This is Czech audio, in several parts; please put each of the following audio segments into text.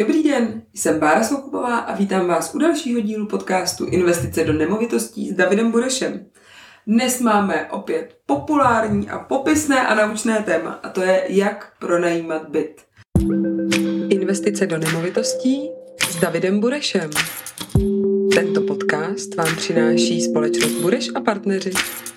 Dobrý den, jsem Bára Soukupová a vítám vás u dalšího dílu podcastu Investice do nemovitostí s Davidem Burešem. Dnes máme opět populární a popisné a naučné téma, a to je, jak pronajímat byt. Investice do nemovitostí s Davidem Burešem. Tento podcast vám přináší společnost Bureš a partneři.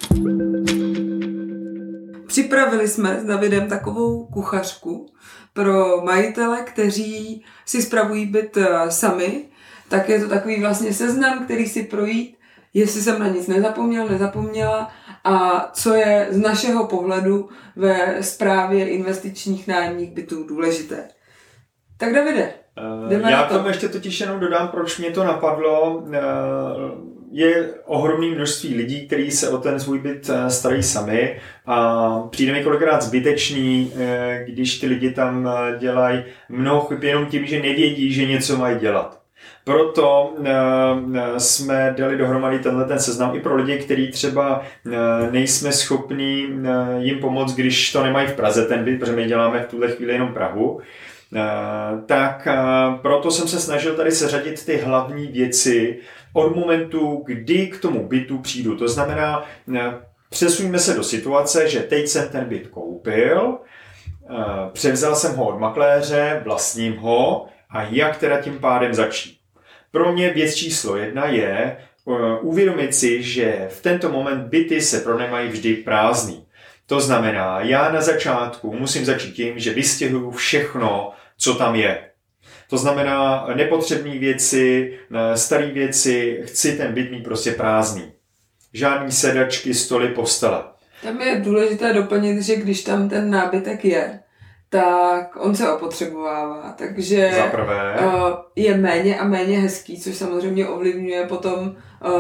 Připravili jsme s Davidem takovou kuchařku pro majitele, kteří si spravují byt sami. Tak je to takový vlastně seznam, který si projít, jestli jsem na nic nezapomněla a co je z našeho pohledu ve správě investičních nájemních bytů důležité. Tak Davide, jdeme já na to. tomu ještě totiž jenom dodám, proč mě to napadlo. Je ohromné množství lidí, kteří se o ten svůj byt starají sami a přijde mi kolikrát zbytečný, když ty lidi tam dělají mnoho chyb jenom tím, že nevědí, že něco mají dělat. Proto jsme dali dohromady ten seznam i pro lidi, kteří třeba nejsme schopní jim pomoct, když to nemají v Praze ten byt, protože my děláme v tuhle chvíli jenom Prahu. Tak proto jsem se snažil tady seřadit ty hlavní věci od momentu, kdy k tomu bytu přijdu. To znamená, přesuňme se do situace, že teď jsem ten byt koupil, převzal jsem ho od makléře, vlastním ho a jak teda tím pádem začít. Pro mě věc číslo 1 je uvědomit si, že v tento moment byty se pronajímají vždy prázdný. To znamená, já na začátku musím začít tím, že vystěhuju všechno, co tam je. To znamená nepotřebné věci, staré věci, chci ten byt mít prostě prázdný. Žádný sedačky, stoly, postele. Tam je důležité doplnit, že když tam ten nábytek je, tak on se opotřebovává, takže je méně a méně hezký, což samozřejmě ovlivňuje potom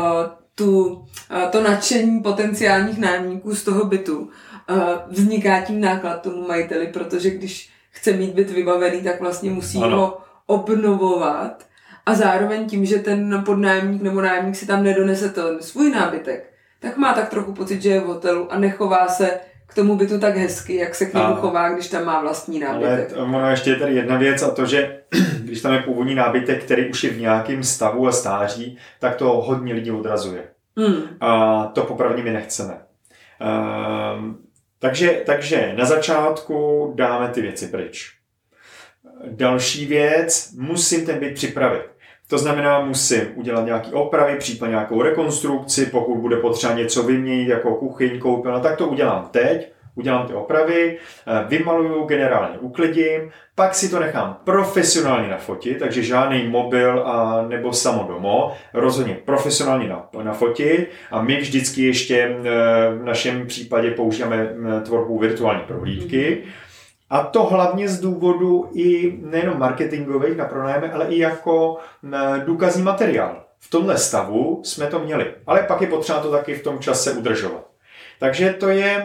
to nadšení potenciálních nájemníků z toho bytu. Vzniká tím náklad tomu majiteli, protože když chce mít byt vybavený, tak vlastně musí ho obnovovat a zároveň tím, že ten podnájemník nebo nájemník si tam nedonese ten svůj nábytek, tak má tak trochu pocit, že je v hotelu a nechová se k tomu bytu tak hezky, jak se k němu chová, když tam má vlastní nábytek. Ale ono ještě je tady jedna věc a to, že když tam je původní nábytek, který už je v nějakém stavu a stáří, tak to hodně lidí odrazuje. A to popravdě my nechceme. Takže na začátku dáme ty věci pryč. Další věc, musím ten byt připravit. To znamená, musím udělat nějaké opravy, případně nějakou rekonstrukci, pokud bude potřeba něco vyměnit, jako kuchyň, koupelna, tak to udělám teď, udělám ty opravy, vymaluju, generálně uklidím, pak si to nechám profesionálně nafotit, takže žádný mobil a nebo samodomo, rozhodně profesionálně nafotit a my vždycky ještě v našem případě používáme tvorbu virtuální prohlídky. A to hlavně z důvodu i nejenom marketingových na pronájmy, ale i jako důkazní materiál. V tomhle stavu jsme to měli, ale pak je potřeba to taky v tom čase udržovat. Takže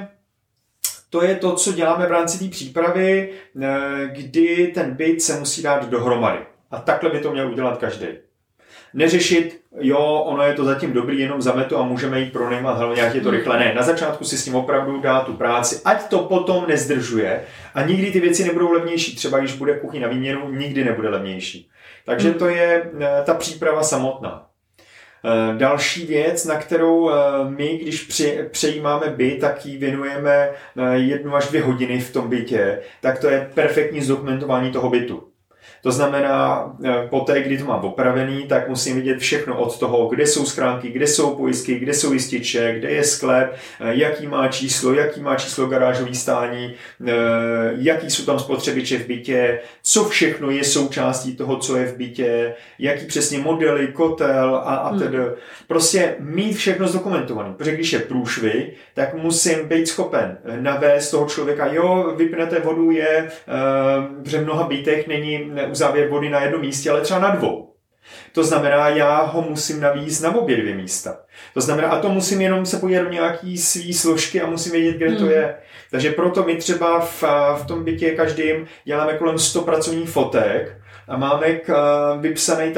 to je to, co děláme v rámci té přípravy, kdy ten byt se musí dát dohromady. A takhle by to měl udělat každý. Neřešit, ono je to zatím dobrý, jenom zametu a můžeme jít pronajímat, hlavně jak je to rychle. Ne, na začátku si s tím opravdu dá tu práci, ať to potom nezdržuje a nikdy ty věci nebudou levnější. Třeba když bude kuchyň na výměnu, nikdy nebude levnější. Takže to je ta příprava samotná. Další věc, na kterou my, když přejímáme byt, tak jí věnujeme 1 až 2 hodiny v tom bytě, tak to je perfektní zdokumentování toho bytu. To znamená, poté, kdy to mám opravený, tak musím vidět všechno od toho, kde jsou schránky, kde jsou pojistky, kde jsou jističe, kde je sklep, jaký má číslo garážový stání, jaký jsou tam spotřebiče v bytě, co všechno je součástí toho, co je v bytě, jaký přesně modely, kotel a tedy. Prostě mít všechno zdokumentované, protože když je průšvih, tak musím být schopen navést toho člověka, vypnete vodu protože v mnoha bytech není uzávěr vody na jednom místě, ale třeba na 2. To znamená, já ho musím navízt na obě 2 místa. To znamená, a to musím jenom se podívat do nějaký svý složky a musím vědět, kde to je. Takže proto my třeba v tom bytě každým děláme kolem 100 pracovních fotek a máme vypsaný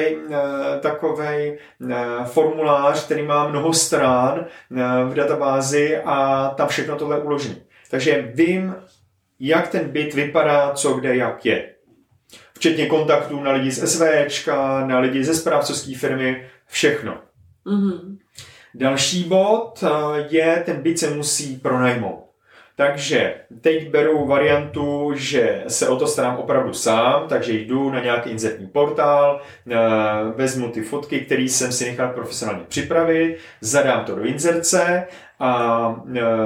takovej formulář, který má mnoho stran v databázi a tam všechno tohle uložené. Takže vím, jak ten byt vypadá, co kde, jak je. Včetně kontaktů na lidi z SVČka, na lidi ze správcovské firmy, všechno. Mm-hmm. Další bod je, ten byt se musí pronajmout. Takže teď beru variantu, že se o to starám opravdu sám, takže jdu na nějaký inzertní portál, vezmu ty fotky, které jsem si nechal profesionálně připravit, zadám to do inzerce a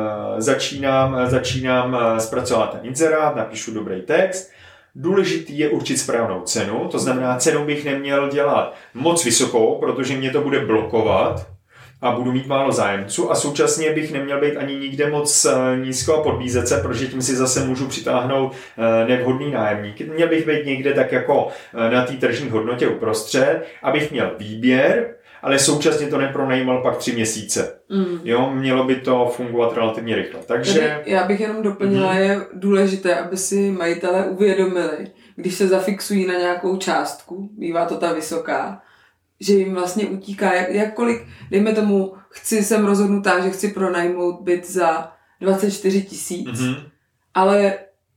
začínám zpracovat ten inzerát, napíšu dobrý text. Důležitý je určit správnou cenu, to znamená, cenu bych neměl dělat moc vysokou, protože mě to bude blokovat a budu mít málo zájemců a současně bych neměl být ani nikde moc nízko a podbízet se, protože tím si zase můžu přitáhnout nevhodný nájemník. Měl bych být někde tak jako na té tržní hodnotě uprostřed, abych měl výběr, ale současně to nepronajímal pak 3 měsíce. Jo, mělo by to fungovat relativně rychle. Takže tady já bych jenom doplnila, je důležité, aby si majitelé uvědomili, když se zafixují na nějakou částku, bývá to ta vysoká, že jim vlastně utíká, jakkoliv, dejme tomu, jsem rozhodnutá, že chci pronajmout byt za 24 000, ale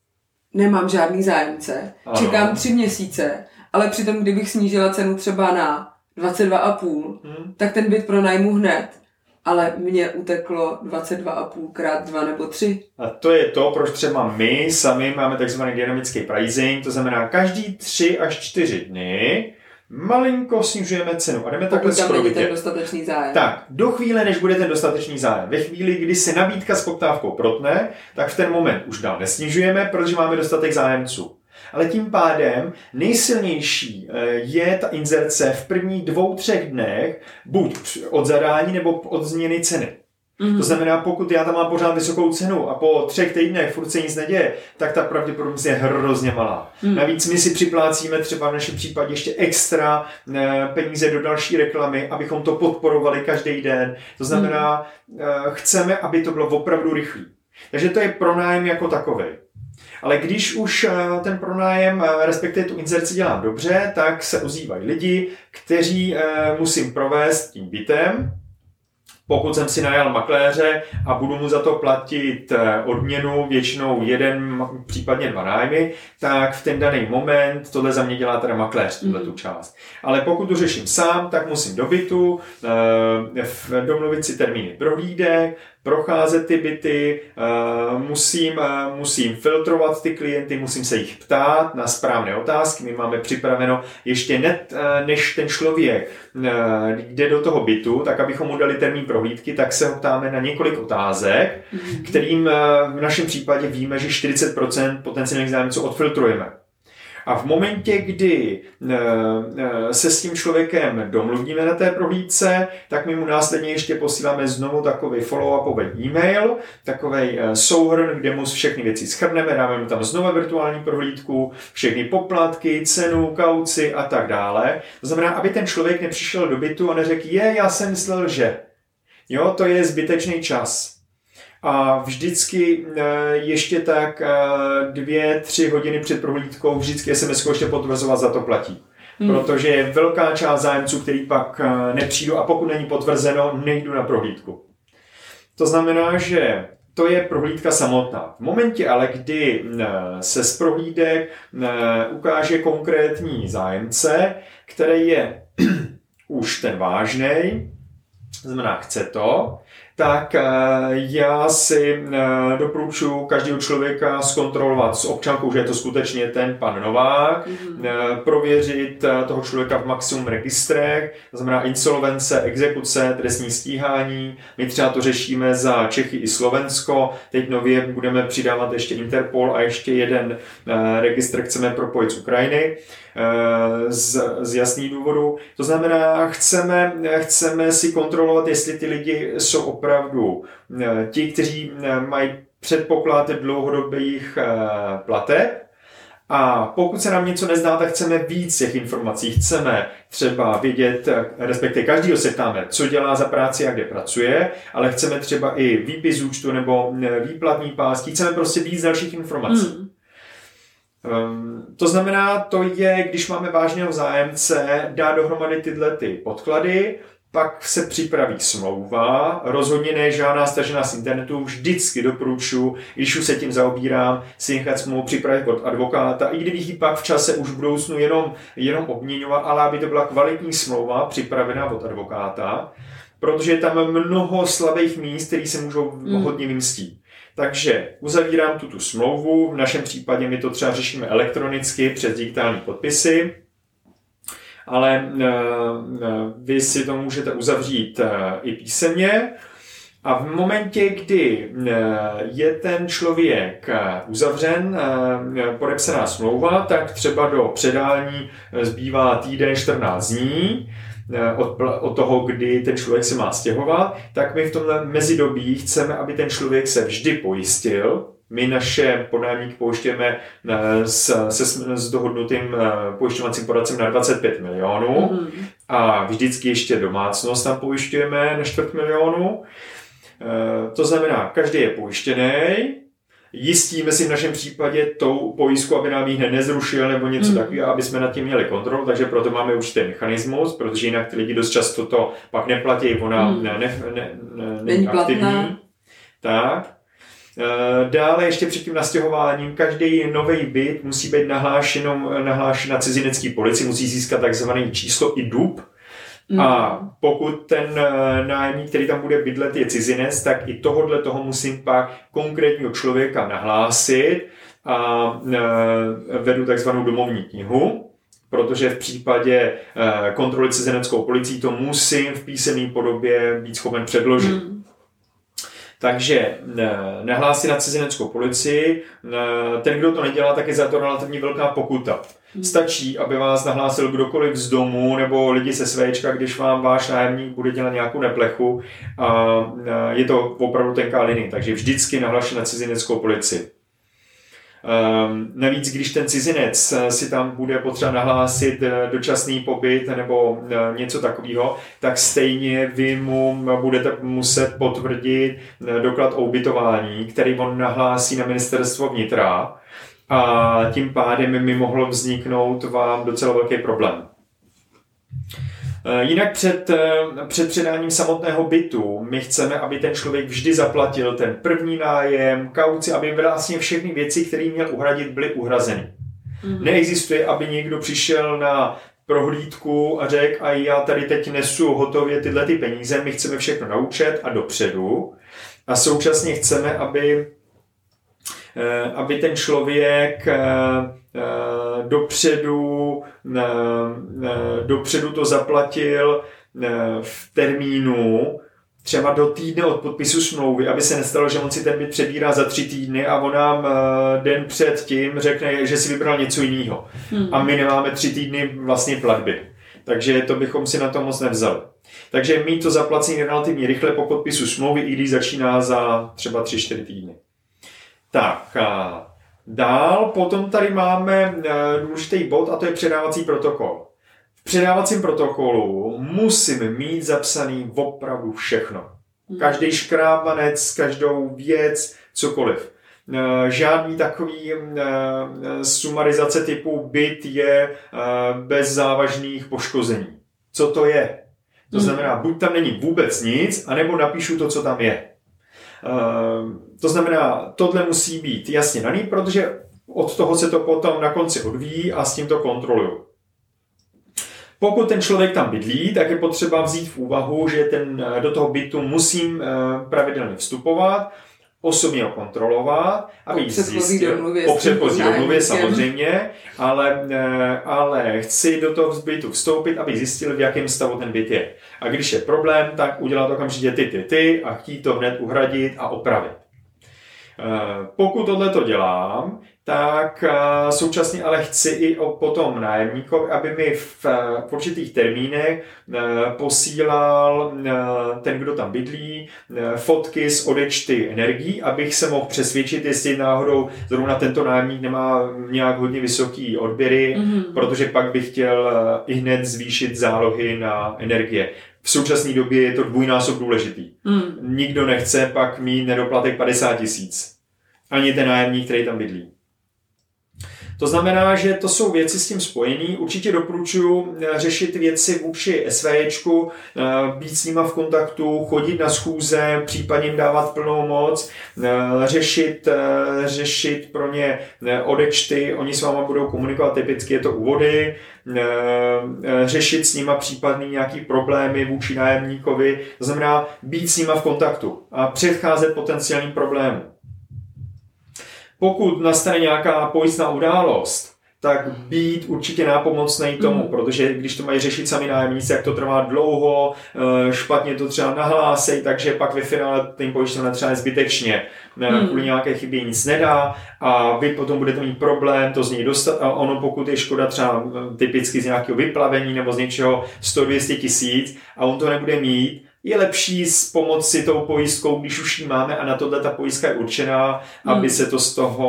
nemám žádný zájemce, čekám 3 měsíce, ale přitom, kdybych snížila cenu třeba na 22,5, tak ten byt pronajmu hned, ale mně uteklo 22,5 krát 2 nebo 3. A to je to, proč třeba my sami máme takzvaný dynamický pricing, to znamená každý 3 až 4 dny malinko snižujeme cenu a jdeme takhle skrovitě. Ten dostatečný zájem. Tak, do chvíle, než bude ten dostatečný zájem. Ve chvíli, kdy se nabídka s poptávkou protne, tak v ten moment už dál nesnižujeme, protože máme dostatek zájemců. Ale tím pádem nejsilnější je ta inzerce v prvních 2-3 dnech, buď od zadání nebo od změny ceny. To znamená, pokud já tam mám pořád vysokou cenu a po 3 týdnech furt se nic neděje, tak ta pravděpodobnost je hrozně malá. Navíc my si připlácíme třeba v našem případě ještě extra peníze do další reklamy, abychom to podporovali každý den. To znamená, chceme, aby to bylo opravdu rychlý. Takže to je pronájem jako takovej. Ale když už ten pronájem, respektive tu inzerci dělám dobře, tak se ozývají lidi, kteří musím provést tím bytem. Pokud jsem si najal makléře a budu mu za to platit odměnu, většinou 1, případně 2 nájmy, tak v ten daný moment tohle za mě dělá teda makléř, tu část. Ale pokud to řeším sám, tak musím do bytu, domluvit si termíny prohlídek, procházet ty byty, musím filtrovat ty klienty, musím se jich ptát na správné otázky. My máme připraveno ještě než ten člověk jde do toho bytu, tak abychom mu dali termín prohlídky, tak se ho ptáme na několik otázek, kterým v našem případě víme, že 40% potenciálních zájemců odfiltrujeme. A v momentě, kdy se s tím člověkem domluvíme na té prohlídce, tak my mu následně ještě posíláme znovu takový follow-upový e-mail, takový souhrn, kde mu všechny věci shrneme, dáme mu tam znovu virtuální prohlídku, všechny poplatky, cenu, kauci a tak dále. To znamená, aby ten člověk nepřišel do bytu a neřekl, já jsem myslel, že. Jo, to je zbytečný čas. A vždycky ještě tak 2-3 hodiny před prohlídkou vždycky SMS ještě potvrzovat, za to platí. Protože je velká část zájemců, který pak nepřijdu a pokud není potvrzeno, nejdu na prohlídku. To znamená, že to je prohlídka samotná. V momentě ale, kdy se z prohlídek ukáže konkrétní zájemce, který je už ten vážnej, to znamená chce to, tak já si doporučuji každého člověka zkontrolovat s občankou, že je to skutečně ten pan Novák, prověřit toho člověka v maximum registrech, to znamená insolvence, exekuce, trestní stíhání. My třeba to řešíme za Čechy i Slovensko, teď nově budeme přidávat ještě Interpol a ještě jeden registr chceme propojit z Ukrajiny. Z jasných důvodů. To znamená, chceme si kontrolovat, jestli ty lidi jsou opravdu ti, kteří mají předpoklad dlouhodobých plateb. A pokud se nám něco nezdá, tak chceme víc těch informací. Chceme třeba vědět, respektive každýho se ptáme, co dělá za práci a kde pracuje, ale chceme třeba i výpis z účtu nebo výplatní pásky. Chceme prostě víc dalších informací. To znamená, to je, když máme vážného zájemce, dá dohromady tyhle ty podklady, pak se připraví smlouva, rozhodně ne žádná stažená z internetu, vždycky doporučuji, když už se tím zaobírám, si nechat smlouvu připravit od advokáta, i kdybych ji pak v čase už v budoucnu jenom obměňovat, ale aby to byla kvalitní smlouva připravená od advokáta, protože je tam mnoho slabých míst, které se můžou hodně vymstít. Takže uzavírám tu smlouvu, v našem případě my to třeba řešíme elektronicky přes digitální podpisy, ale vy si to můžete uzavřít i písemně a v momentě, kdy je ten člověk uzavřen, podepsaná smlouva, tak třeba do předání zbývá týden 14 dní od toho, kdy ten člověk se má stěhovat, tak my v tomhle mezidobí chceme, aby ten člověk se vždy pojistil. My naše podnájemníky pouštějeme s dohodnutým pojišťovacím poradcem na 25 milionů a vždycky ještě domácnost tam pojišťujeme na 4 milionu. To znamená, každý je pojištěný, jistíme si v našem případě tou pojistku, aby nám ji hned nezrušil nebo něco takového, aby jsme nad tím měli kontrolu, takže proto máme určitý mechanismus, protože jinak ty lidi dost často to pak neplatí, ona není aktivní. Tak. Dále ještě před tím nastěhováním každý nový byt musí být nahlášen na cizinecký policii, musí získat takzvané číslo IDUB. A pokud ten nájemník, který tam bude bydlet, je cizinec, tak i toho musím pak konkrétního člověka nahlásit a vedu takzvanou domovní knihu, protože v případě kontroly cizineckou policií to musím v písemné podobě být schopen předložit. Takže nahlásí na cizineckou policii, ten, kdo to nedělá, tak je za to relativně velká pokuta. Stačí, aby vás nahlásil kdokoliv z domu nebo lidi se svéčka, když vám váš nájemník bude dělat nějakou neplechu a je to opravdu tenká linie, takže vždycky nahlašte na cizineckou policii. Navíc, když ten cizinec si tam bude potřeba nahlásit dočasný pobyt nebo něco takového, tak stejně vy mu budete muset potvrdit doklad o ubytování, který on nahlásí na ministerstvo vnitra a tím pádem mi mohlo vzniknout vám docela velký problém. Jinak před předáním samotného bytu my chceme, aby ten člověk vždy zaplatil ten první nájem, kauci, aby vlastně všechny věci, které měl uhradit, byly uhrazeny. Neexistuje, aby někdo přišel na prohlídku a řekl, a já tady teď nesu hotově tyhle ty peníze, my chceme všechno na účet a dopředu. A současně chceme, aby ten člověk dopředu to zaplatil v termínu třeba do týdne od podpisu smlouvy, aby se nestalo, že on si ten byt přebírá za 3 týdny a on nám den před tím řekne, že si vybral něco jiného. A my nemáme 3 týdny vlastně platby. Takže to bychom si na to moc nevzali. Takže mít to zaplacení relativně rychle po podpisu smlouvy, i když začíná za třeba 3-4 týdny. Tak, dál potom tady máme důležitý bod a to je předávací protokol. V předávacím protokolu musím mít zapsaný opravdu všechno. Každý škrábanec, každou věc, cokoliv. Žádný takový sumarizace typu byt je bez závažných poškození. Co to je? To znamená, buď tam není vůbec nic, anebo napíšu to, co tam je. To znamená, tohle musí být jasně daný, protože od toho se to potom na konci odvíjí a s tím to kontroluju. Pokud ten člověk tam bydlí, tak je potřeba vzít v úvahu, že do toho bytu musím pravidelně vstupovat, osobně ho kontrolovat, aby zjistil, po předchozí domluvě samozřejmě, ale chci do toho bytu vstoupit, aby zjistil, v jakém stavu ten byt je. A když je problém, tak udělat okamžitě ty a chtít to hned uhradit a opravit. Pokud tohleto dělám, tak současně ale chci i potom nájemníkovi, aby mi v určitých termínech posílal ten, kdo tam bydlí, fotky z odečty energií, abych se mohl přesvědčit, jestli náhodou zrovna tento nájemník nemá nějak hodně vysoký odběry, protože pak bych chtěl i hned zvýšit zálohy na energie. V současné době je to dvojnásob důležitý. Nikdo nechce pak mít nedoplatek 50 000. Ani ten nájemník, který tam bydlí. To znamená, že to jsou věci s tím spojené. Určitě doporučuji řešit věci vůči SVJčku, být s nima v kontaktu, chodit na schůze, případně jim dávat plnou moc, řešit pro ně odečty, oni s váma budou komunikovat, typicky je to úvody, řešit s nima případný nějaký problémy vůči nájemníkovi, to znamená být s nima v kontaktu a předcházet potenciálním problémům. Pokud nastane nějaká pojistná událost, tak být určitě nápomocný tomu, protože když to mají řešit sami nájemníci, jak to trvá dlouho, špatně to třeba nahlásej, takže pak ve finále ten pojišťovna třeba zbytečně kvůli nějaké chybě nic nedá a vy potom budete mít problém to z něj dostat a ono pokud je škoda třeba typicky z nějakého vyplavení nebo z něčeho 100-200 tisíc a on to nebude mít, je lepší s pomoci tou pojistkou, když už ji máme a na tohle ta pojistka je určená, aby se to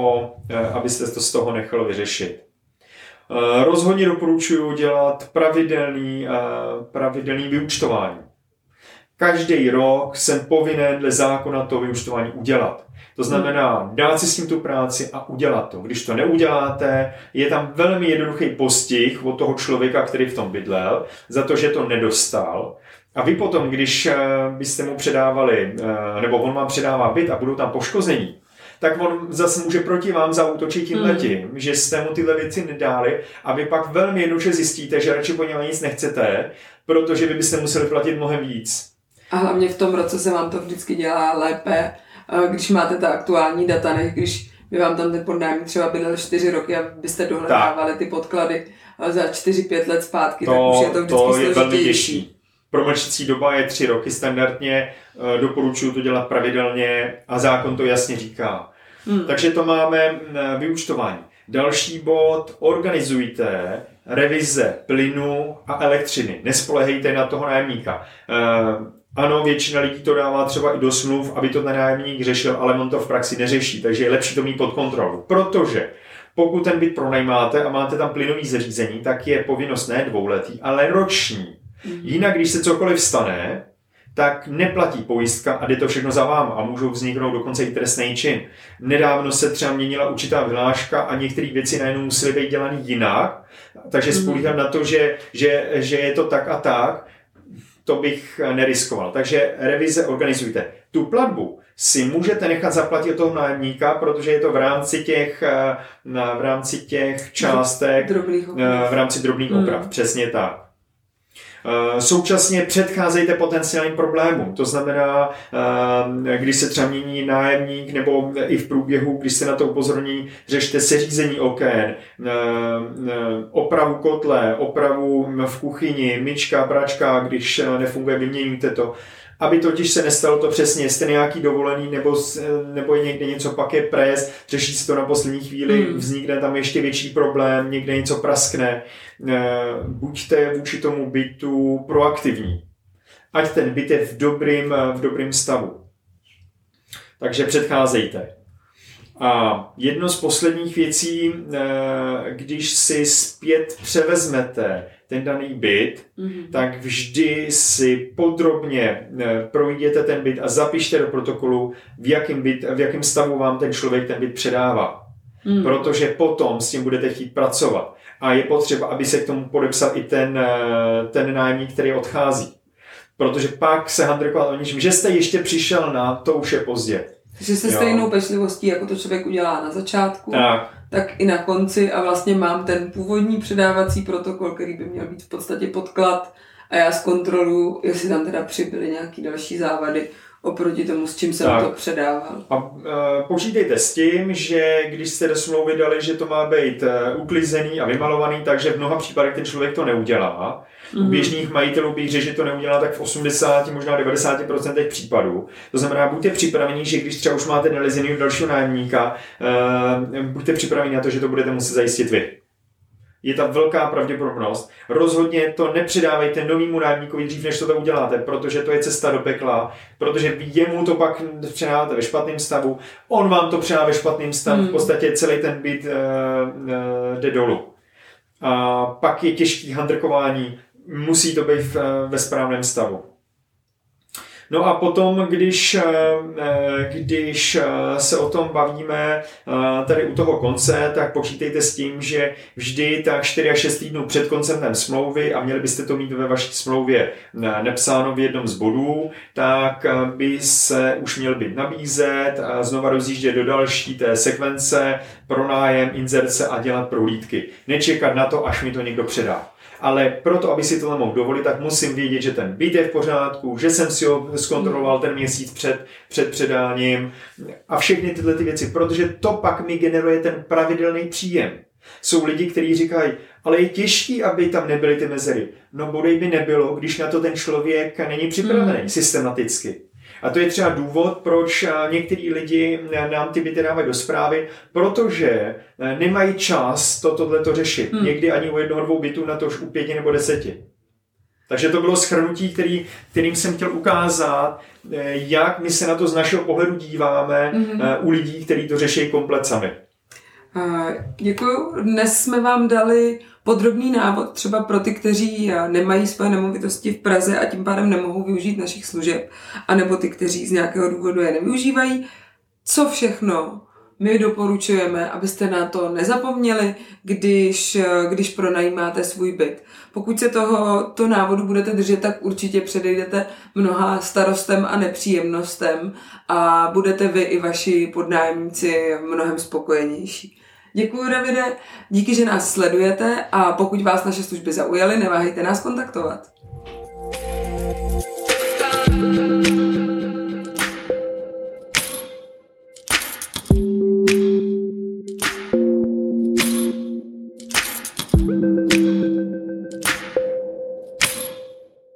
z toho nechalo vyřešit. Rozhodně doporučuji dělat pravidelný vyúčtování. Každý rok jsem povinen dle zákona to vyúčtování udělat. To znamená dát si s tím tu práci a udělat to. Když to neuděláte, je tam velmi jednoduchý postih od toho člověka, který v tom bydlel, za to, že to nedostal. A vy potom, když byste mu předávali, nebo on vám předává byt a budou tam poškození, tak on zase může proti vám zaútočit tímhletím, že jste mu tyhle věci nedali a vy pak velmi jednoduše zjistíte, že radši po něm nic nechcete, protože vy byste museli platit mnohem víc. A hlavně v tom roce se vám to vždycky dělá lépe, když máte ta aktuální data, než když by vám tam ten podnájemník třeba bydlel 4 roky a byste dohledávali ty podklady za 4-5 let zpátky, tak už je to vždycky složitější. To je velmi těžší. Promlčecí doba je 3 roky standardně, doporučuji to dělat pravidelně a zákon to jasně říká. Takže to máme vyúčtování. Další bod, organizujte revize plynu a elektřiny. Nespolehejte na toho nájemníka. Ano, většina lidí to dává třeba i do smluv, aby to ten nájemník řešil, ale on to v praxi neřeší, takže je lepší to mít pod kontrolou. Protože pokud ten byt pronajímáte a máte tam plynový zařízení, tak je povinnost ne 2letý, ale roční. Jinak, když se cokoliv stane, tak neplatí pojistka a jde to všechno za vám a můžou vzniknout dokonce i trestný čin. Nedávno se třeba měnila určitá vyhláška a některé věci najednou musely být dělané jinak, takže spolíhám na to, že je to tak a tak, to bych neriskoval. Takže revize organizujte. Tu platbu si můžete nechat zaplatit od toho nájemníka, protože je to v rámci těch částek, v rámci drobných oprav. Přesně tak. Současně předcházejte potenciálním problémům. To znamená, když se třeba mění nájemník nebo i v průběhu, když se na to upozorní, řešte seřízení oken, opravu kotle, opravu v kuchyni, myčka, pračka, když nefunguje, vyměníte to. Aby totiž se nestalo to přesně, jste nějaký dovolený nebo je někde něco, pak je pres, řeší se to na poslední chvíli, vznikne tam ještě větší problém, někde něco praskne. Buďte vůči tomu bytu proaktivní. Ať ten byt je v dobrým stavu. Takže předcházejte. A jedno z posledních věcí, když si zpět převezmete ten daný byt, tak vždy si podrobně projděte ten byt a zapište do protokolu, v jakém stavu vám ten člověk ten byt předává. Protože potom s tím budete chtít pracovat. A je potřeba, aby se k tomu podepsal i ten nájemník, který odchází. Protože pak se handrkovat o ničem, že jste ještě přišel na to, už je pozdě. Že se stejnou pečlivostí, jako to člověk udělá na začátku, tak i na konci a vlastně mám ten původní předávací protokol, který by měl být v podstatě podklad a já zkontroluji, jestli tam teda přibyly nějaké další závady oproti tomu, s čím jsem to předával. A počítejte s tím, že když jste do smlouvy dali, že to má být uklizený a vymalovaný, takže v mnoha případech ten člověk to neudělá. U běžných majitelů bych řekl, že to neudělá tak v 80, možná 90% případů. To znamená, buďte připraveni, že když třeba už máte nalezený dalšího nájemníka, buďte připraveni na to, že to budete muset zajistit vy. Je tam velká pravděpodobnost. Rozhodně to nepředávejte novýmu nájemníkovi dřív, než to uděláte, protože to je cesta do pekla, protože jemu to pak předáváte ve špatném stavu, on vám to předá ve špatném stavu, v podstatě celý ten byt jde dolů. A pak je těžký handrkování, musí to být ve správném stavu. No a potom, když se o tom bavíme tady u toho konce, tak počítejte s tím, že vždy tak 4 až 6 týdnů před koncem té smlouvy, a měli byste to mít ve vaší smlouvě napsáno v jednom z bodů, tak by se už měl být nabízet, znova rozjíždět do další té sekvence, pronájem, inzerce a dělat prohlídky. Nečekat na to, až mi to někdo předá. Ale proto, aby si to mohl dovolit, tak musím vědět, že ten byt je v pořádku, že jsem si ho zkontroloval ten měsíc před předáním a všechny tyhle ty věci, protože to pak mi generuje ten pravidelný příjem. Jsou lidi, kteří říkají, ale je těžký, aby tam nebyly ty mezery. No bodej by nebylo, když na to ten člověk není připravený systematicky. A to je třeba důvod, proč některý lidi nám ty byty dávají do správy, protože nemají čas tohleto řešit. Někdy ani u 1-2 bytů, na to už u 5 nebo 10. Takže to bylo shrnutí, kterým jsem chtěl ukázat, jak my se na to z našeho pohledu díváme u lidí, kteří to řeší komplet sami. Děkuju. Dnes jsme vám dali podrobný návod třeba pro ty, kteří nemají své nemovitosti v Praze a tím pádem nemohou využít našich služeb, anebo ty, kteří z nějakého důvodu je nevyužívají. Co všechno my doporučujeme, abyste na to nezapomněli, když pronajímáte svůj byt. Pokud se tohoto návodu budete držet, tak určitě předejdete mnoha starostem a nepříjemnostem a budete vy i vaši podnájemníci mnohem spokojenější. Děkuji, Davide, díky, že nás sledujete a pokud vás naše služby zaujaly, neváhejte nás kontaktovat.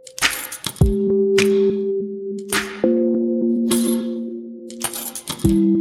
you.